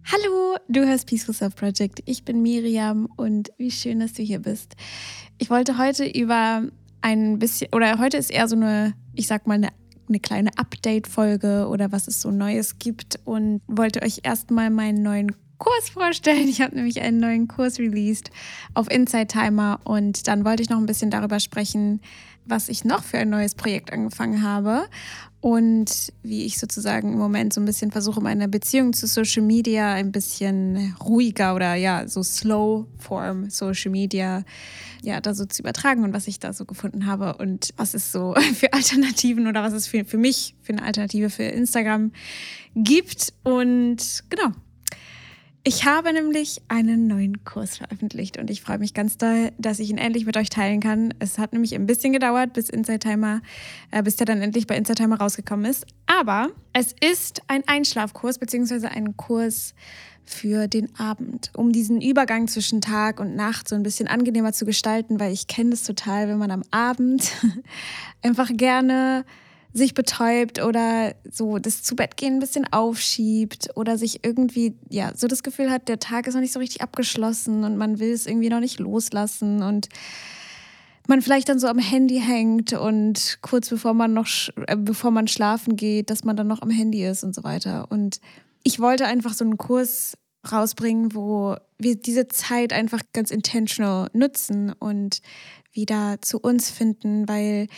Hallo, du hörst Peaceful Self Project. Ich bin Miriam und wie schön, dass du hier bist. Ich wollte heute über heute ist eher so eine kleine Update-Folge oder was es so Neues gibt und wollte euch erstmal meinen neuen Kurs vorstellen. Ich habe nämlich einen neuen Kurs released auf Insight Timer und dann wollte ich noch ein bisschen darüber sprechen, was ich noch für ein neues Projekt angefangen habe und wie ich sozusagen im Moment so ein bisschen versuche, meine Beziehung zu Social Media ein bisschen ruhiger oder ja, so Slow Form Social Media da so zu übertragen und was ich da so gefunden habe und was es so für Alternativen oder was es für mich für eine Alternative für Instagram gibt. Und genau. Ich habe nämlich einen neuen Kurs veröffentlicht und ich freue mich ganz doll, dass ich ihn endlich mit euch teilen kann. Es hat nämlich ein bisschen gedauert, bis der dann endlich bei Insight Timer rausgekommen ist. Aber es ist ein Einschlafkurs bzw. ein Kurs für den Abend, um diesen Übergang zwischen Tag und Nacht so ein bisschen angenehmer zu gestalten, weil ich kenne das total, wenn man am Abend einfach gerne sich betäubt oder so das Zubettgehen ein bisschen aufschiebt oder sich irgendwie, ja, so das Gefühl hat, der Tag ist noch nicht so richtig abgeschlossen und man will es irgendwie noch nicht loslassen und man vielleicht dann so am Handy hängt und kurz bevor man schlafen geht, dass man dann noch am Handy ist und so weiter. Und ich wollte einfach so einen Kurs rausbringen, wo wir diese Zeit einfach ganz intentional nutzen und wieder zu uns finden, weil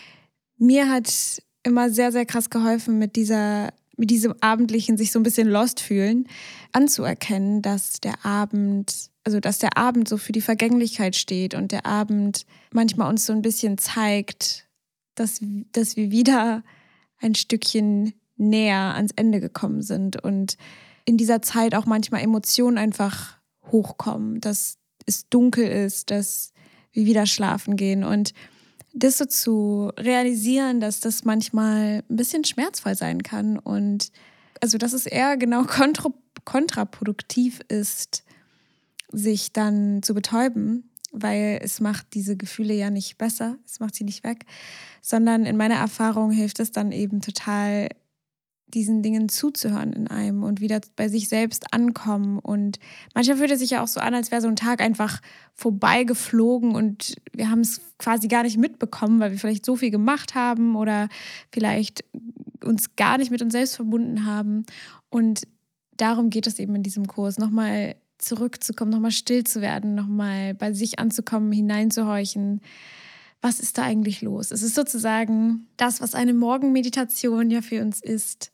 mir hat immer sehr, sehr krass geholfen, mit diesem abendlichen sich so ein bisschen lost fühlen, anzuerkennen, dass der Abend so für die Vergänglichkeit steht und der Abend manchmal uns so ein bisschen zeigt, dass wir wieder ein Stückchen näher ans Ende gekommen sind und in dieser Zeit auch manchmal Emotionen einfach hochkommen, dass es dunkel ist, dass wir wieder schlafen gehen und das so zu realisieren, dass das manchmal ein bisschen schmerzvoll sein kann und also dass es eher genau kontraproduktiv ist, sich dann zu betäuben, weil es macht diese Gefühle ja nicht besser, es macht sie nicht weg, sondern in meiner Erfahrung hilft es dann eben total, diesen Dingen zuzuhören in einem und wieder bei sich selbst ankommen. Und manchmal fühlt es sich ja auch so an, als wäre so ein Tag einfach vorbeigeflogen und wir haben es quasi gar nicht mitbekommen, weil wir vielleicht so viel gemacht haben oder vielleicht uns gar nicht mit uns selbst verbunden haben. Und darum geht es eben in diesem Kurs, nochmal zurückzukommen, nochmal still zu werden, nochmal bei sich anzukommen, hineinzuhorchen. Was ist da eigentlich los? Es ist sozusagen das, was eine Morgenmeditation ja für uns ist,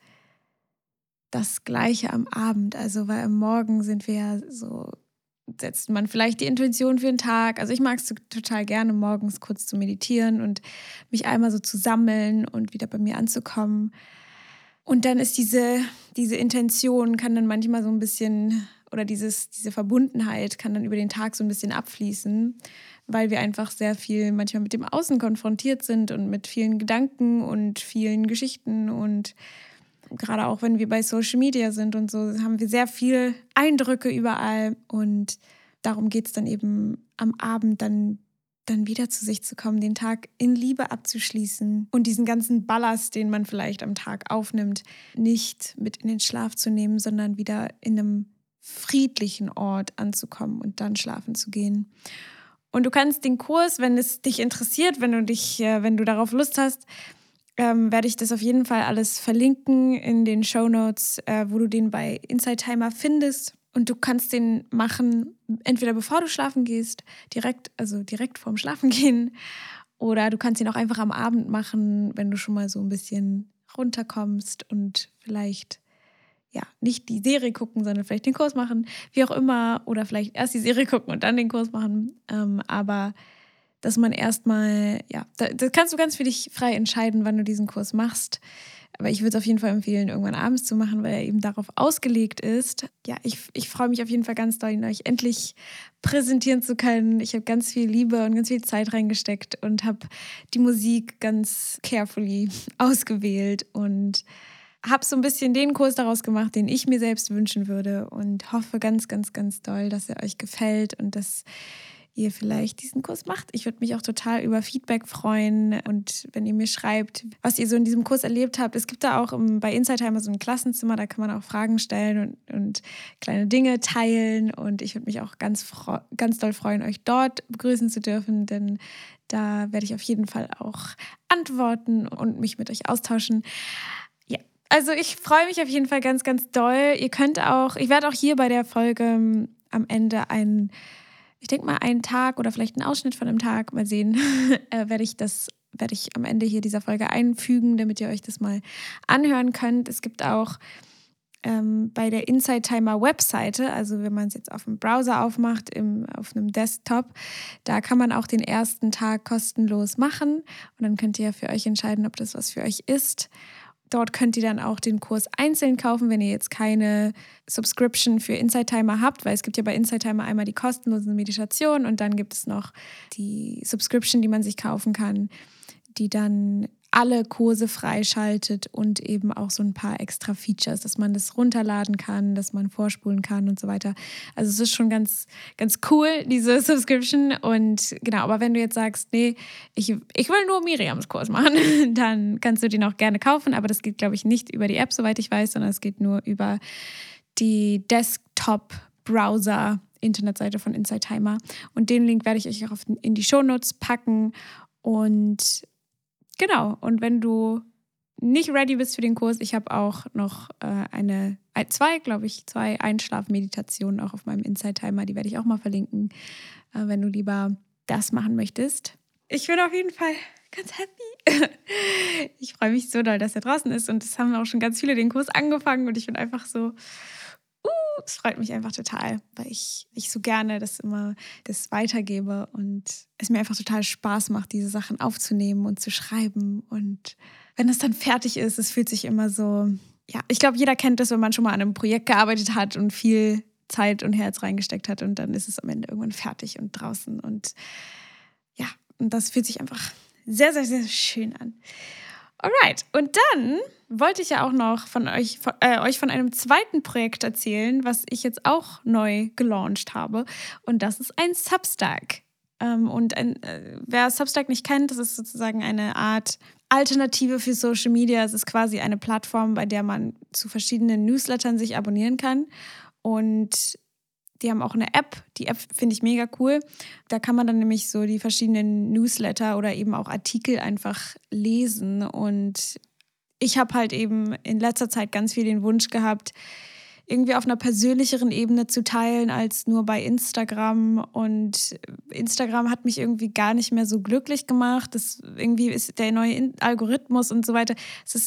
das Gleiche am Abend. Also, weil am Morgen sind wir ja so, setzt man vielleicht die Intention für den Tag. Also ich mag es total gerne, morgens kurz zu meditieren und mich einmal so zu sammeln und wieder bei mir anzukommen. Und dann ist diese Intention kann dann manchmal so ein bisschen, oder diese Verbundenheit kann dann über den Tag so ein bisschen abfließen, weil wir einfach sehr viel manchmal mit dem Außen konfrontiert sind und mit vielen Gedanken und vielen Geschichten und gerade auch wenn wir bei Social Media sind und so, haben wir sehr viel Eindrücke überall und darum geht es dann eben am Abend dann wieder zu sich zu kommen, den Tag in Liebe abzuschließen und diesen ganzen Ballast, den man vielleicht am Tag aufnimmt, nicht mit in den Schlaf zu nehmen, sondern wieder in einem friedlichen Ort anzukommen und dann schlafen zu gehen. Und du kannst den Kurs, wenn es dich interessiert, wenn du darauf Lust hast, werde ich das auf jeden Fall alles verlinken in den Shownotes, wo du den bei Insight Timer findest. Und du kannst den machen, entweder bevor du schlafen gehst, direkt vorm Schlafen gehen, oder du kannst ihn auch einfach am Abend machen, wenn du schon mal so ein bisschen runterkommst und vielleicht nicht die Serie gucken, sondern vielleicht den Kurs machen, wie auch immer, oder vielleicht erst die Serie gucken und dann den Kurs machen. Aber dass man erstmal, das kannst du ganz für dich frei entscheiden, wann du diesen Kurs machst. Aber ich würde es auf jeden Fall empfehlen, irgendwann abends zu machen, weil er eben darauf ausgelegt ist. Ja, ich freue mich auf jeden Fall ganz doll, ihn euch endlich präsentieren zu können. Ich habe ganz viel Liebe und ganz viel Zeit reingesteckt und habe die Musik ganz carefully ausgewählt und habe so ein bisschen den Kurs daraus gemacht, den ich mir selbst wünschen würde und hoffe ganz, ganz, ganz doll, dass er euch gefällt und dass ihr vielleicht diesen Kurs macht. Ich würde mich auch total über Feedback freuen und wenn ihr mir schreibt, was ihr so in diesem Kurs erlebt habt. Es gibt da auch bei Insightheimer so ein Klassenzimmer, da kann man auch Fragen stellen und kleine Dinge teilen und ich würde mich auch ganz doll freuen, euch dort begrüßen zu dürfen, denn da werde ich auf jeden Fall auch antworten und mich mit euch austauschen. Ja, also ich freue mich auf jeden Fall ganz, ganz doll. Ich werde auch hier bei der Folge am Ende einen Tag oder vielleicht einen Ausschnitt von einem Tag, mal sehen, werde ich am Ende hier dieser Folge einfügen, damit ihr euch das mal anhören könnt. Es gibt auch bei der Insightheimer Webseite, also wenn man es jetzt auf dem Browser aufmacht, auf einem Desktop, da kann man auch den ersten Tag kostenlos machen und dann könnt ihr ja für euch entscheiden, ob das was für euch ist. Dort könnt ihr dann auch den Kurs einzeln kaufen, wenn ihr jetzt keine Subscription für Insightheimer habt, weil es gibt ja bei Insightheimer einmal die kostenlosen Meditationen und dann gibt es noch die Subscription, die man sich kaufen kann, die dann alle Kurse freischaltet und eben auch so ein paar extra Features, dass man das runterladen kann, dass man vorspulen kann und so weiter. Also es ist schon ganz, ganz cool, diese Subscription. Und genau, aber wenn du jetzt sagst, nee, ich will nur Miriams Kurs machen, dann kannst du den auch gerne kaufen. Aber das geht, glaube ich, nicht über die App, soweit ich weiß, sondern es geht nur über die Desktop-Browser-Internetseite von Insightheimer. Und den Link werde ich euch auch in die Shownotes packen. Und genau, und wenn du nicht ready bist für den Kurs, ich habe auch noch zwei Einschlafmeditationen auch auf meinem Insightheimer, die werde ich auch mal verlinken, wenn du lieber das machen möchtest. Ich bin auf jeden Fall ganz happy. Ich freue mich so doll, dass er draußen ist und es haben auch schon ganz viele den Kurs angefangen und ich bin einfach so, es freut mich einfach total, weil ich so gerne das weitergebe und es mir einfach total Spaß macht, diese Sachen aufzunehmen und zu schreiben. Und wenn es dann fertig ist, es fühlt sich immer so, ja, ich glaube, jeder kennt das, wenn man schon mal an einem Projekt gearbeitet hat und viel Zeit und Herz reingesteckt hat und dann ist es am Ende irgendwann fertig und draußen. Und ja, und das fühlt sich einfach sehr, sehr, sehr schön an. Alright, und dann wollte ich ja auch noch euch von einem zweiten Projekt erzählen, was ich jetzt auch neu gelauncht habe. Und das ist ein Substack. Wer Substack nicht kennt, das ist sozusagen eine Art Alternative für Social Media. Es ist quasi eine Plattform, bei der man zu verschiedenen Newslettern sich abonnieren kann. Und die haben auch eine App. Die App finde ich mega cool. Da kann man dann nämlich so die verschiedenen Newsletter oder eben auch Artikel einfach lesen. Und ich habe halt eben in letzter Zeit ganz viel den Wunsch gehabt, irgendwie auf einer persönlicheren Ebene zu teilen als nur bei Instagram. Und Instagram hat mich irgendwie gar nicht mehr so glücklich gemacht. Irgendwie ist der neue Algorithmus und so weiter.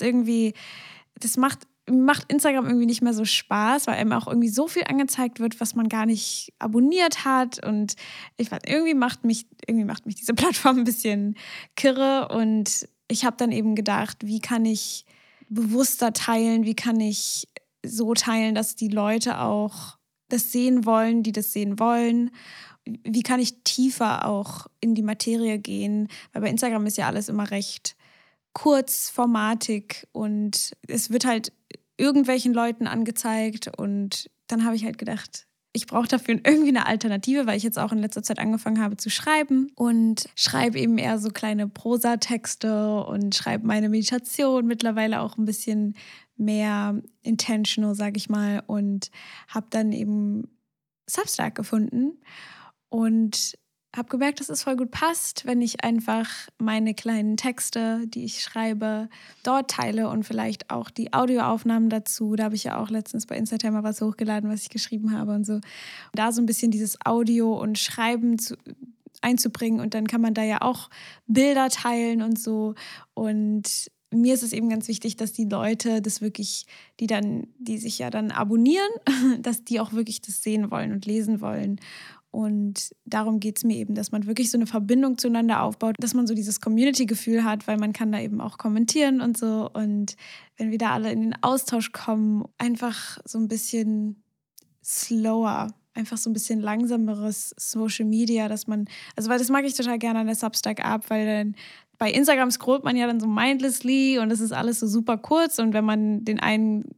Das macht Instagram irgendwie nicht mehr so Spaß, weil einem auch irgendwie so viel angezeigt wird, was man gar nicht abonniert hat. Und ich weiß, irgendwie macht mich diese Plattform ein bisschen kirre. Und ich habe dann eben gedacht, wie kann ich bewusster teilen, wie kann ich so teilen, dass die Leute auch das sehen wollen, die das sehen wollen. Wie kann ich tiefer auch in die Materie gehen? Weil bei Instagram ist ja alles immer recht kurzformatig und es wird halt irgendwelchen Leuten angezeigt und dann habe ich halt gedacht, ich brauche dafür irgendwie eine Alternative, weil ich jetzt auch in letzter Zeit angefangen habe zu schreiben und schreibe eben eher so kleine Prosatexte und schreibe meine Meditation mittlerweile auch ein bisschen mehr intentional, sage ich mal, und habe dann eben Substack gefunden und habe gemerkt, dass es voll gut passt, wenn ich einfach meine kleinen Texte, die ich schreibe, dort teile und vielleicht auch die Audioaufnahmen dazu. Da habe ich ja auch letztens bei Insightheimer was hochgeladen, was ich geschrieben habe und so. Und da so ein bisschen dieses Audio und Schreiben einzubringen und dann kann man da ja auch Bilder teilen und so. Und mir ist es eben ganz wichtig, dass die Leute das wirklich, die sich ja dann abonnieren, dass die auch wirklich das sehen wollen und lesen wollen. Und darum geht es mir eben, dass man wirklich so eine Verbindung zueinander aufbaut, dass man so dieses Community-Gefühl hat, weil man kann da eben auch kommentieren und so. Und wenn wir da alle in den Austausch kommen, einfach so ein bisschen slower, einfach so ein bisschen langsameres Social Media, weil das mag ich total gerne an der Substack-App, weil dann bei Instagram scrollt man ja dann so mindlessly und es ist alles so super kurz und wenn man den einen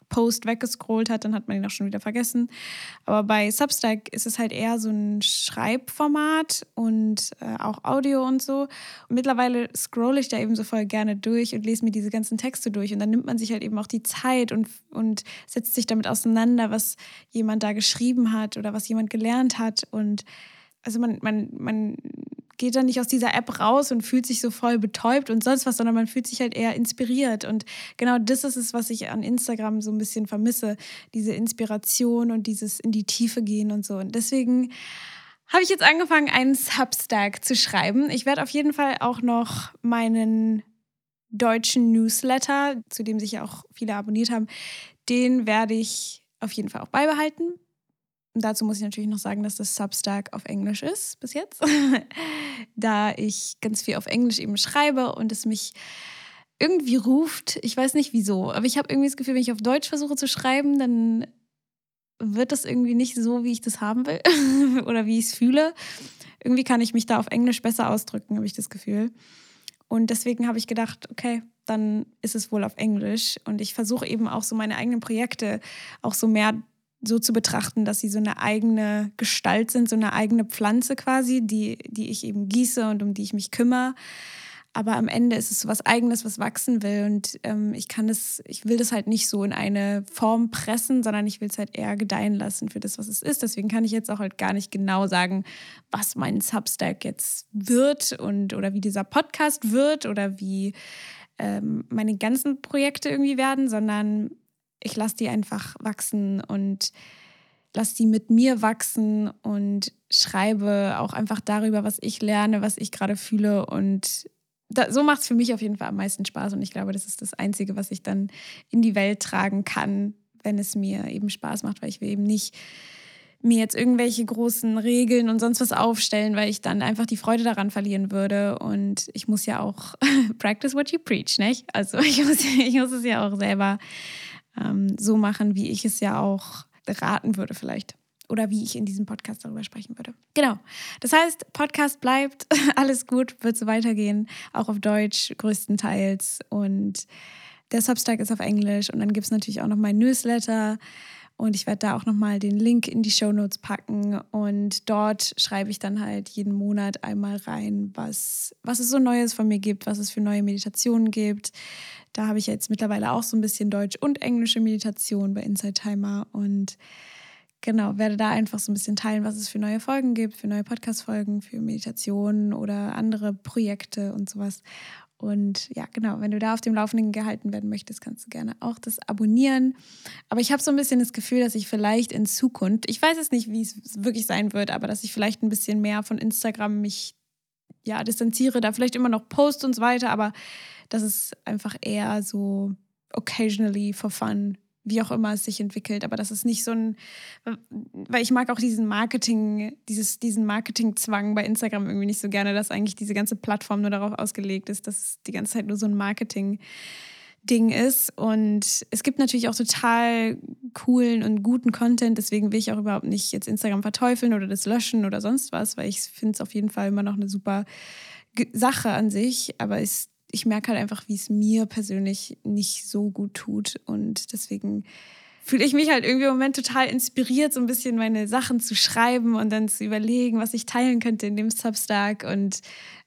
Post weggescrollt hat, dann hat man ihn auch schon wieder vergessen. Aber bei Substack ist es halt eher so ein Schreibformat und auch Audio und so. Und mittlerweile scrolle ich da eben so voll gerne durch und lese mir diese ganzen Texte durch. Und dann nimmt man sich halt eben auch die Zeit und setzt sich damit auseinander, was jemand da geschrieben hat oder was jemand gelernt hat. Und also man geht dann nicht aus dieser App raus und fühlt sich so voll betäubt und sonst was, sondern man fühlt sich halt eher inspiriert. Und genau das ist es, was ich an Instagram so ein bisschen vermisse. Diese Inspiration und dieses in die Tiefe gehen und so. Und deswegen habe ich jetzt angefangen, einen Substack zu schreiben. Ich werde auf jeden Fall auch noch meinen deutschen Newsletter, zu dem sich ja auch viele abonniert haben, den werde ich auf jeden Fall auch beibehalten. Und dazu muss ich natürlich noch sagen, dass das Substack auf Englisch ist, bis jetzt. Da ich ganz viel auf Englisch eben schreibe und es mich irgendwie ruft. Ich weiß nicht wieso, aber ich habe irgendwie das Gefühl, wenn ich auf Deutsch versuche zu schreiben, dann wird das irgendwie nicht so, wie ich das haben will oder wie ich es fühle. Irgendwie kann ich mich da auf Englisch besser ausdrücken, habe ich das Gefühl. Und deswegen habe ich gedacht, okay, dann ist es wohl auf Englisch. Und ich versuche eben auch so meine eigenen Projekte auch so mehr so zu betrachten, dass sie so eine eigene Gestalt sind, so eine eigene Pflanze quasi, die ich eben gieße und um die ich mich kümmere. Aber am Ende ist es so was Eigenes, was wachsen will. Und ich will das halt nicht so in eine Form pressen, sondern ich will es halt eher gedeihen lassen für das, was es ist. Deswegen kann ich jetzt auch halt gar nicht genau sagen, was mein Substack jetzt wird oder wie dieser Podcast wird oder wie meine ganzen Projekte irgendwie werden, sondern ich lasse die einfach wachsen und lasse die mit mir wachsen und schreibe auch einfach darüber, was ich lerne, was ich gerade fühle. Und so macht es für mich auf jeden Fall am meisten Spaß. Und ich glaube, das ist das Einzige, was ich dann in die Welt tragen kann, wenn es mir eben Spaß macht, weil ich will eben nicht mir jetzt irgendwelche großen Regeln und sonst was aufstellen, weil ich dann einfach die Freude daran verlieren würde. Und ich muss ja auch practice what you preach, nicht? Also ich muss es ja auch selber so machen, wie ich es ja auch raten würde vielleicht. Oder wie ich in diesem Podcast darüber sprechen würde. Genau. Das heißt, Podcast bleibt, alles gut, wird so weitergehen. Auch auf Deutsch größtenteils. Und der Substack ist auf Englisch. Und dann gibt es natürlich auch noch mein Newsletter. Und ich werde da auch nochmal den Link in die Shownotes packen. Und dort schreibe ich dann halt jeden Monat einmal rein, was es so Neues von mir gibt, was es für neue Meditationen gibt. Da habe ich jetzt mittlerweile auch so ein bisschen deutsch- und englische Meditation bei Inside Timer. Und genau, werde da einfach so ein bisschen teilen, was es für neue Folgen gibt, für neue Podcast-Folgen, für Meditationen oder andere Projekte und sowas. Und ja, genau, wenn du da auf dem Laufenden gehalten werden möchtest, kannst du gerne auch das abonnieren. Aber ich habe so ein bisschen das Gefühl, dass ich vielleicht in Zukunft, ich weiß es nicht, wie es wirklich sein wird, aber dass ich vielleicht ein bisschen mehr von Instagram mich distanziere, da vielleicht immer noch post und so weiter, aber dass es einfach eher so occasionally for fun, wie auch immer es sich entwickelt, aber das ist nicht so weil ich mag auch diesen Marketingzwang bei Instagram irgendwie nicht so gerne, dass eigentlich diese ganze Plattform nur darauf ausgelegt ist, dass es die ganze Zeit nur so ein Marketing-Ding ist. Und es gibt natürlich auch total coolen und guten Content, deswegen will ich auch überhaupt nicht jetzt Instagram verteufeln oder das löschen oder sonst was, weil ich finde es auf jeden Fall immer noch eine super Sache an sich, aber ich merke halt einfach, wie es mir persönlich nicht so gut tut. Und deswegen fühle ich mich halt irgendwie im Moment total inspiriert, so ein bisschen meine Sachen zu schreiben und dann zu überlegen, was ich teilen könnte in dem Substack. Und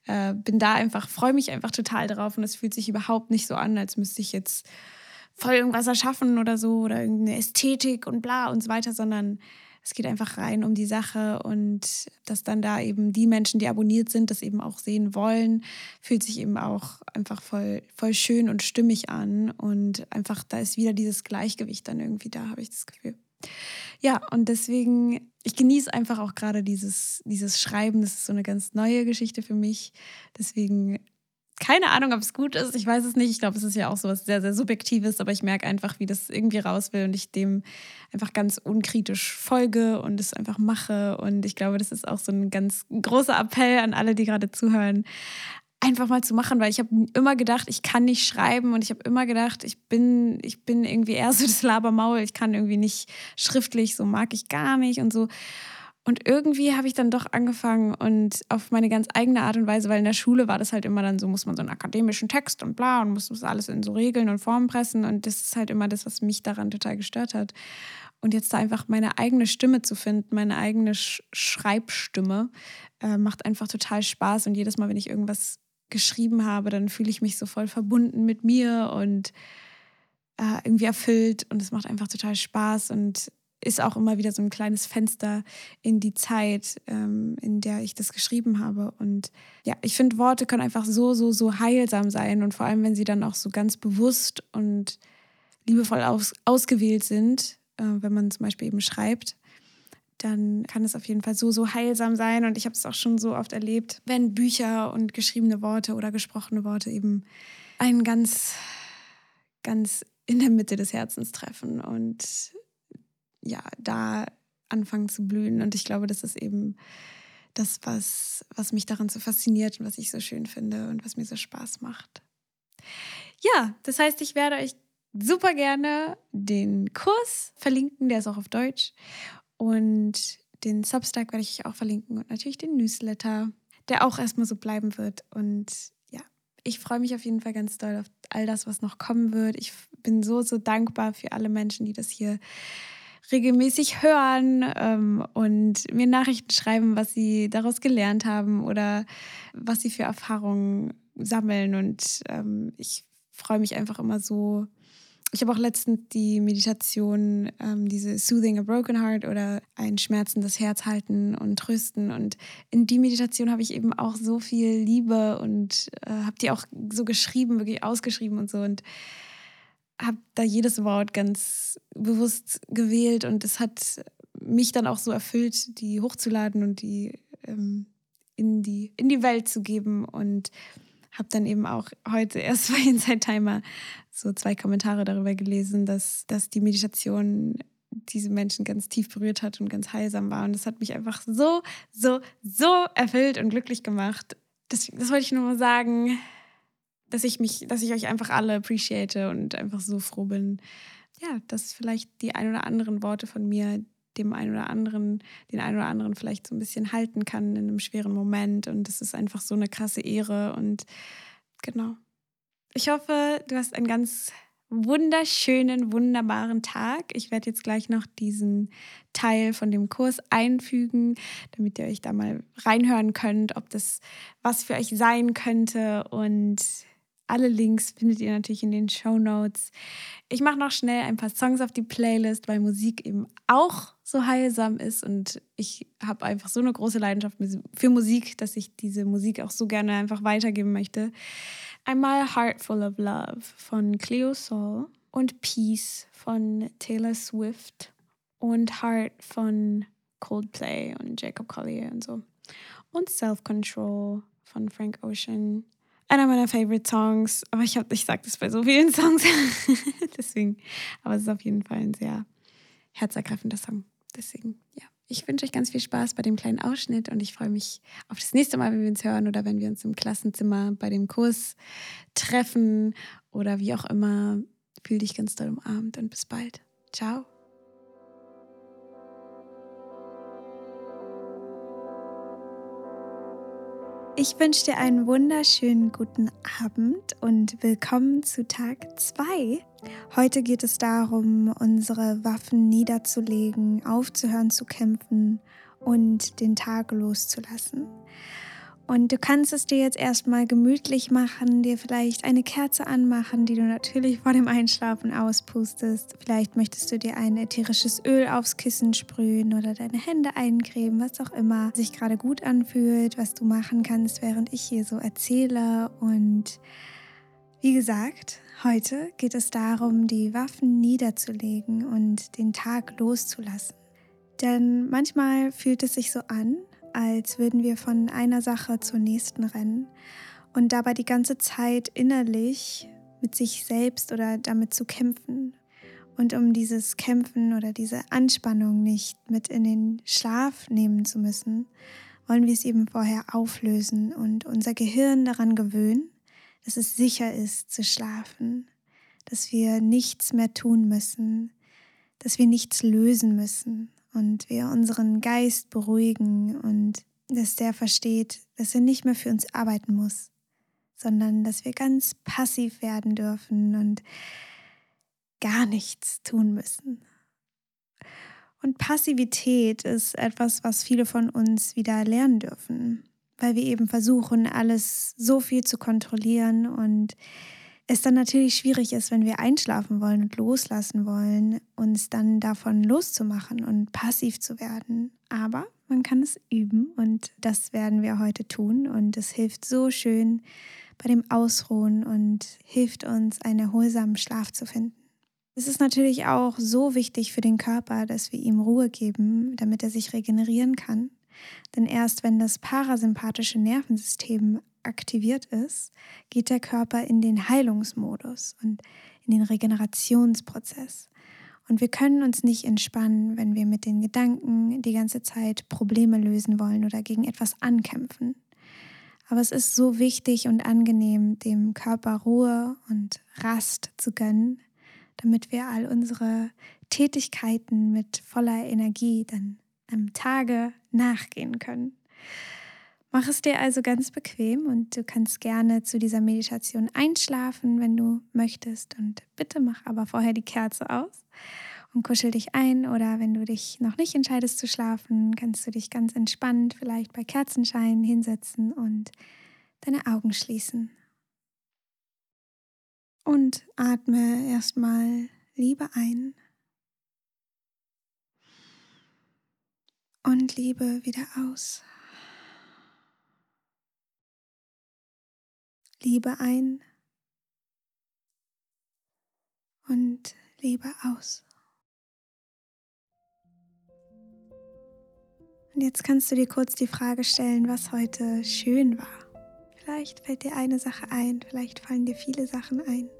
freue mich einfach total drauf. Und es fühlt sich überhaupt nicht so an, als müsste ich jetzt voll irgendwas erschaffen oder so oder irgendeine Ästhetik und bla und so weiter, sondern es geht einfach rein um die Sache und dass dann da eben die Menschen, die abonniert sind, das eben auch sehen wollen, fühlt sich eben auch einfach voll, voll schön und stimmig an und einfach da ist wieder dieses Gleichgewicht dann irgendwie da, habe ich das Gefühl. Ja, und deswegen, ich genieße einfach auch gerade dieses Schreiben, das ist so eine ganz neue Geschichte für mich, deswegen keine Ahnung, ob es gut ist, ich weiß es nicht. Ich glaube, es ist ja auch so was sehr, sehr Subjektives, aber ich merke einfach, wie das irgendwie raus will und ich dem einfach ganz unkritisch folge und es einfach mache. Und ich glaube, das ist auch so ein ganz großer Appell an alle, die gerade zuhören, einfach mal zu machen, weil ich habe immer gedacht, ich kann nicht schreiben und ich habe immer gedacht, ich bin irgendwie eher so das Labermaul, ich kann irgendwie nicht schriftlich, so mag ich gar nicht und so. Und irgendwie habe ich dann doch angefangen und auf meine ganz eigene Art und Weise, weil in der Schule war das halt immer dann so, muss man so einen akademischen Text und bla und muss das alles in so Regeln und Formen pressen. Und das ist halt immer das, was mich daran total gestört hat. Und jetzt da einfach meine eigene Stimme zu finden, meine eigene Schreibstimme, macht einfach total Spaß. Und jedes Mal, wenn ich irgendwas geschrieben habe, dann fühle ich mich so voll verbunden mit mir und irgendwie erfüllt. Und es macht einfach total Spaß und ist auch immer wieder so ein kleines Fenster in die Zeit, in der ich das geschrieben habe. Und ja, ich finde, Worte können einfach so heilsam sein. Und vor allem, wenn sie dann auch so ganz bewusst und liebevoll ausgewählt sind, wenn man zum Beispiel eben schreibt, dann kann es auf jeden Fall so heilsam sein. Und ich habe es auch schon so oft erlebt, wenn Bücher und geschriebene Worte oder gesprochene Worte eben einen ganz in der Mitte des Herzens treffen und ja, da anfangen zu blühen. Und ich glaube, das ist eben das, was mich daran so fasziniert und was ich so schön finde und was mir so Spaß macht. Ja, das heißt, ich werde euch super gerne den Kurs verlinken, der ist auch auf Deutsch. Und den Substack werde ich euch auch verlinken und natürlich den Newsletter, der auch erstmal so bleiben wird. Und ja, ich freue mich auf jeden Fall ganz doll auf all das, was noch kommen wird. Ich bin so dankbar für alle Menschen, die das hier regelmäßig hören und mir Nachrichten schreiben, was sie daraus gelernt haben oder was sie für Erfahrungen sammeln. Und ich freue mich einfach immer so. Ich habe auch letztens die Meditation, diese Soothing a Broken Heart oder ein schmerzendes Herz halten und trösten. Und in die Meditation habe ich eben auch so viel Liebe und habe die auch so geschrieben, wirklich ausgeschrieben und so. Und habe da jedes Wort ganz bewusst gewählt. Und es hat mich dann auch so erfüllt, die hochzuladen und die in die Welt zu geben. Und habe dann eben auch heute erst bei Inside Timer so 2 Kommentare darüber gelesen, dass die Meditation diese Menschen ganz tief berührt hat und ganz heilsam war. Und das hat mich einfach so erfüllt und glücklich gemacht. Das wollte ich nur mal sagen, dass ich euch einfach alle appreciate und einfach so froh bin, ja, dass vielleicht die ein oder anderen Worte von mir den einen oder anderen vielleicht so ein bisschen halten kann in einem schweren Moment. Und das ist einfach so eine krasse Ehre. Und genau. Ich hoffe, du hast einen ganz wunderschönen, wunderbaren Tag. Ich werde jetzt gleich noch diesen Teil von dem Kurs einfügen, damit ihr euch da mal reinhören könnt, ob das was für euch sein könnte. Und alle Links findet ihr natürlich in den Shownotes. Ich mache noch schnell ein paar Songs auf die Playlist, weil Musik eben auch so heilsam ist. Und ich habe einfach so eine große Leidenschaft für Musik, dass ich diese Musik auch so gerne einfach weitergeben möchte. Einmal Heart Full of Love von Cleo Sol und Peace von Taylor Swift und Heart von Coldplay und Jacob Collier und so. Und Self Control von Frank Ocean. Einer meiner Favorite Songs, aber ich sage das bei so vielen Songs, deswegen, aber es ist auf jeden Fall ein sehr herzergreifender Song, deswegen, ja. Ich wünsche euch ganz viel Spaß bei dem kleinen Ausschnitt und ich freue mich auf das nächste Mal, wenn wir uns hören oder wenn wir uns im Klassenzimmer bei dem Kurs treffen oder wie auch immer. Fühl dich ganz doll umarmt und bis bald. Ciao. Ich wünsche dir einen wunderschönen guten Abend und willkommen zu Tag 2. Heute geht es darum, unsere Waffen niederzulegen, aufzuhören zu kämpfen und den Tag loszulassen. Und du kannst es dir jetzt erstmal gemütlich machen, dir vielleicht eine Kerze anmachen, die du natürlich vor dem Einschlafen auspustest. Vielleicht möchtest du dir ein ätherisches Öl aufs Kissen sprühen oder deine Hände eincremen, was auch immer sich gerade gut anfühlt, was du machen kannst, während ich hier so erzähle. Und wie gesagt, heute geht es darum, die Waffen niederzulegen und den Tag loszulassen. Denn manchmal fühlt es sich so an, als würden wir von einer Sache zur nächsten rennen und dabei die ganze Zeit innerlich mit sich selbst oder damit zu kämpfen. Und um dieses Kämpfen oder diese Anspannung nicht mit in den Schlaf nehmen zu müssen, wollen wir es eben vorher auflösen und unser Gehirn daran gewöhnen, dass es sicher ist zu schlafen, dass wir nichts mehr tun müssen, dass wir nichts lösen müssen und wir unseren Geist beruhigen und dass der versteht, dass er nicht mehr für uns arbeiten muss, sondern dass wir ganz passiv werden dürfen und gar nichts tun müssen. Und Passivität ist etwas, was viele von uns wieder lernen dürfen, weil wir eben versuchen, alles so viel zu kontrollieren und es dann natürlich schwierig ist, wenn wir einschlafen wollen und loslassen wollen, uns dann davon loszumachen und passiv zu werden. Aber man kann es üben und das werden wir heute tun und es hilft so schön bei dem Ausruhen und hilft uns, einen erholsamen Schlaf zu finden. Es ist natürlich auch so wichtig für den Körper, dass wir ihm Ruhe geben, damit er sich regenerieren kann. Denn erst wenn das parasympathische Nervensystem aktiviert ist, geht der Körper in den Heilungsmodus und in den Regenerationsprozess. Und wir können uns nicht entspannen, wenn wir mit den Gedanken die ganze Zeit Probleme lösen wollen oder gegen etwas ankämpfen. Aber es ist so wichtig und angenehm, dem Körper Ruhe und Rast zu gönnen, damit wir all unsere Tätigkeiten mit voller Energie dann am Tage nachgehen können. Mach es dir also ganz bequem und du kannst gerne zu dieser Meditation einschlafen, wenn du möchtest. Und bitte mach aber vorher die Kerze aus und kuschel dich ein. Oder wenn du dich noch nicht entscheidest zu schlafen, kannst du dich ganz entspannt vielleicht bei Kerzenschein hinsetzen und deine Augen schließen. Und atme erstmal Liebe ein und Liebe wieder aus. Liebe ein und Liebe aus. Und jetzt kannst du dir kurz die Frage stellen, was heute schön war. Vielleicht fällt dir eine Sache ein, vielleicht fallen dir viele Sachen ein.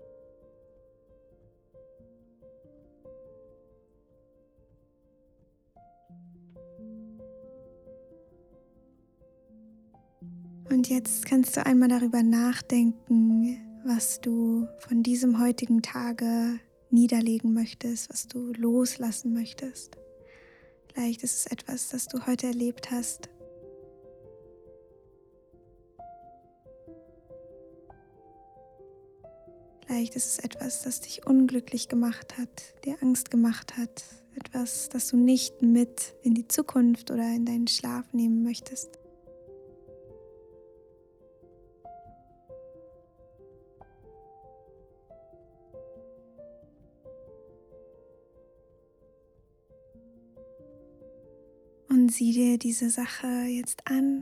Und jetzt kannst du einmal darüber nachdenken, was du von diesem heutigen Tage niederlegen möchtest, was du loslassen möchtest. Vielleicht ist es etwas, das du heute erlebt hast. Vielleicht ist es etwas, das dich unglücklich gemacht hat, dir Angst gemacht hat, etwas, das du nicht mit in die Zukunft oder in deinen Schlaf nehmen möchtest. Und sieh dir diese Sache jetzt an.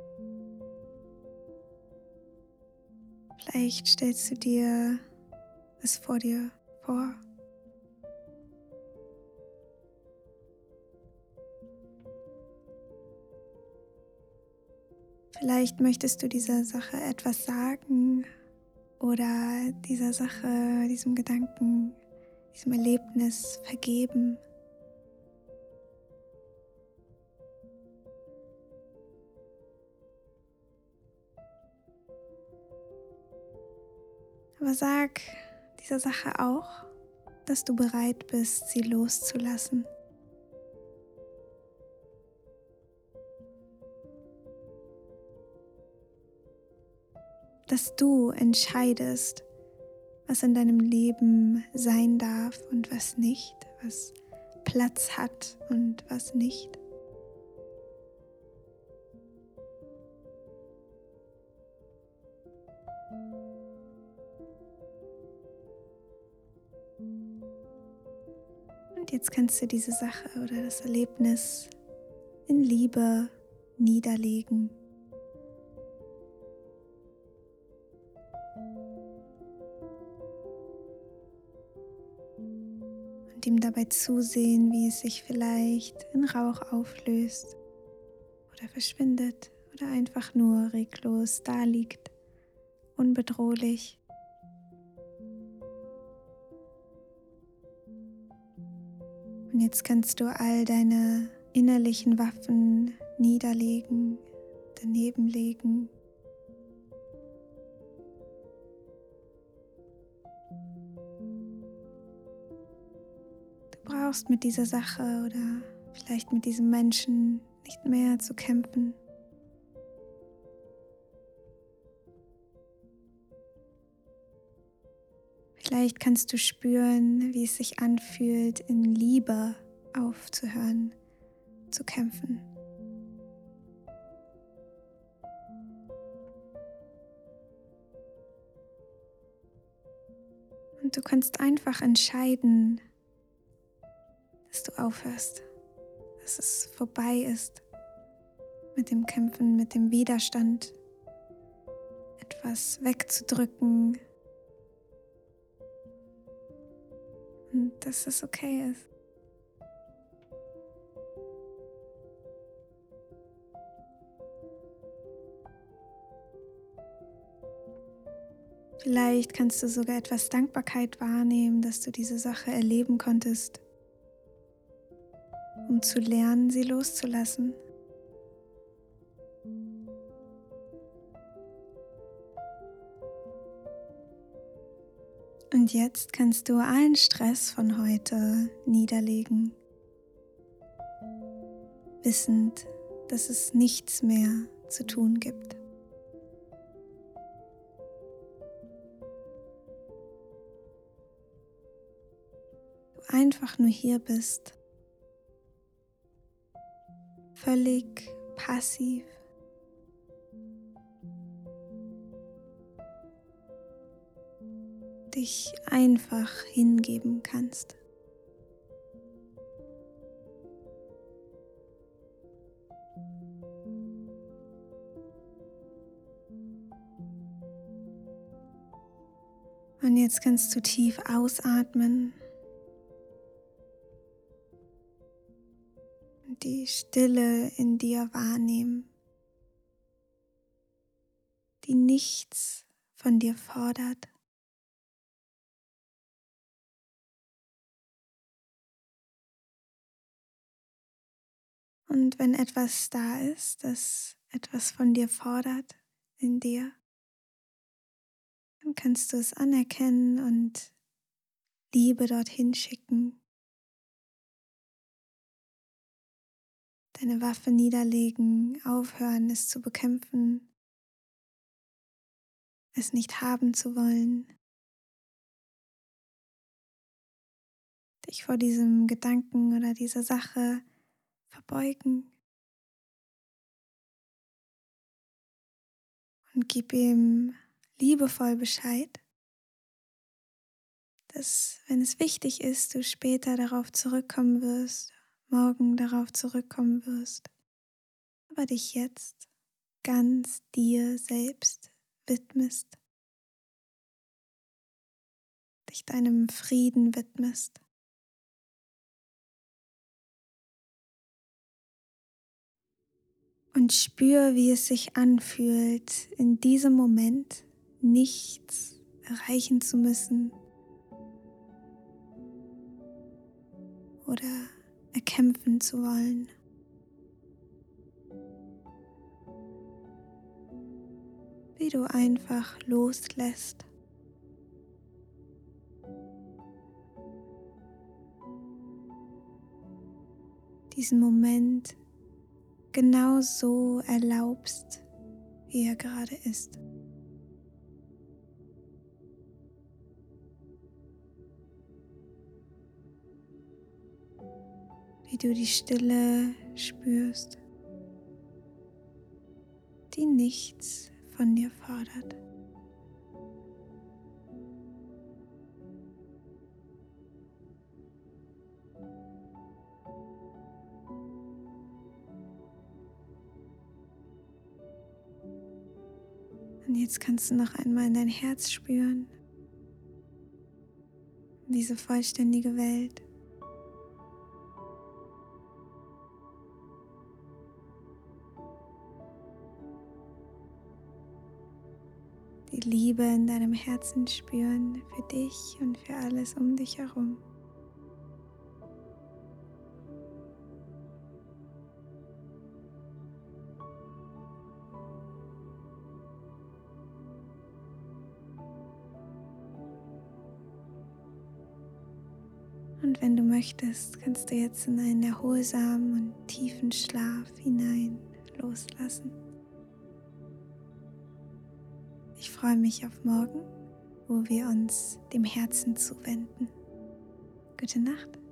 Vielleicht stellst du dir es vor dir vor. Vielleicht möchtest du dieser Sache etwas sagen oder dieser Sache, diesem Gedanken, diesem Erlebnis vergeben. Aber sag dieser Sache auch, dass du bereit bist, sie loszulassen. Dass du entscheidest, was in deinem Leben sein darf und was nicht, was Platz hat und was nicht. Und jetzt kannst du diese Sache oder das Erlebnis in Liebe niederlegen. Und ihm dabei zusehen, wie es sich vielleicht in Rauch auflöst oder verschwindet oder einfach nur reglos da liegt, unbedrohlich. Und jetzt kannst du all deine innerlichen Waffen niederlegen, daneben legen. Du brauchst mit dieser Sache oder vielleicht mit diesem Menschen nicht mehr zu kämpfen. Vielleicht kannst du spüren, wie es sich anfühlt, in Liebe aufzuhören zu kämpfen. Und du kannst einfach entscheiden, dass du aufhörst, dass es vorbei ist mit dem Kämpfen, mit dem Widerstand, etwas wegzudrücken und dass es okay ist. Vielleicht kannst du sogar etwas Dankbarkeit wahrnehmen, dass du diese Sache erleben konntest, um zu lernen, sie loszulassen. Und jetzt kannst du allen Stress von heute niederlegen, wissend, dass es nichts mehr zu tun gibt. Du einfach nur hier bist, völlig passiv. Dich einfach hingeben kannst. Und jetzt kannst du tief ausatmen und die Stille in dir wahrnehmen, die nichts von dir fordert. Und wenn etwas da ist, das etwas von dir fordert in dir, dann kannst du es anerkennen und Liebe dorthin schicken. Deine Waffe niederlegen, aufhören, es zu bekämpfen, es nicht haben zu wollen, dich vor diesem Gedanken oder dieser Sache verbeugen und gib ihm liebevoll Bescheid, dass, wenn es wichtig ist, du später darauf zurückkommen wirst, morgen darauf zurückkommen wirst, aber dich jetzt ganz dir selbst widmest, dich deinem Frieden widmest. Und spür, wie es sich anfühlt, in diesem Moment nichts erreichen zu müssen oder erkämpfen zu wollen. Wie du einfach loslässt. Diesen Moment genau so erlaubst, wie er gerade ist. Wie du die Stille spürst, die nichts von dir fordert. Und jetzt kannst du noch einmal in dein Herz spüren, in diese vollständige Welt. Die Liebe in deinem Herzen spüren für dich und für alles um dich herum. Und wenn du möchtest, kannst du jetzt in einen erholsamen und tiefen Schlaf hinein loslassen. Ich freue mich auf morgen, wo wir uns dem Herzen zuwenden. Gute Nacht.